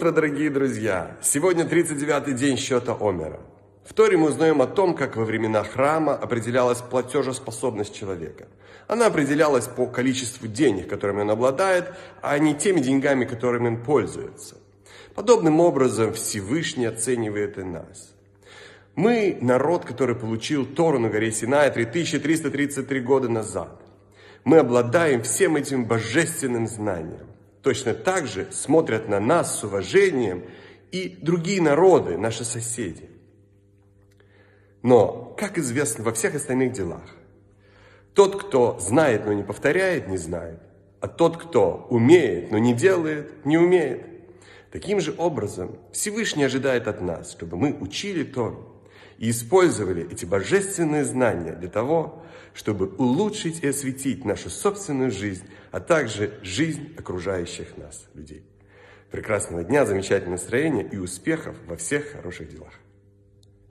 утро, дорогие друзья! Сегодня 39-й день счета Омера. В Торе мы узнаем о том, как во времена храма определялась платежеспособность человека. Она определялась по количеству денег, которыми он обладает, а не теми деньгами, которыми он пользуется. Подобным образом Всевышний оценивает и нас. Мы народ, который получил Тору на горе Синай 3333 года назад. Мы обладаем всем этим божественным знанием. Точно так же смотрят на нас с уважением и другие народы, наши соседи. Но, как известно во всех остальных делах, тот, кто знает, но не повторяет, не знает, а тот, кто умеет, но не делает, не умеет. Таким же образом Всевышний ожидает от нас, чтобы мы учили Тору и использовали эти божественные знания для того, чтобы улучшить и осветить нашу собственную жизнь, а также жизнь окружающих нас людей. Прекрасного дня, замечательного настроения и успехов во всех хороших делах.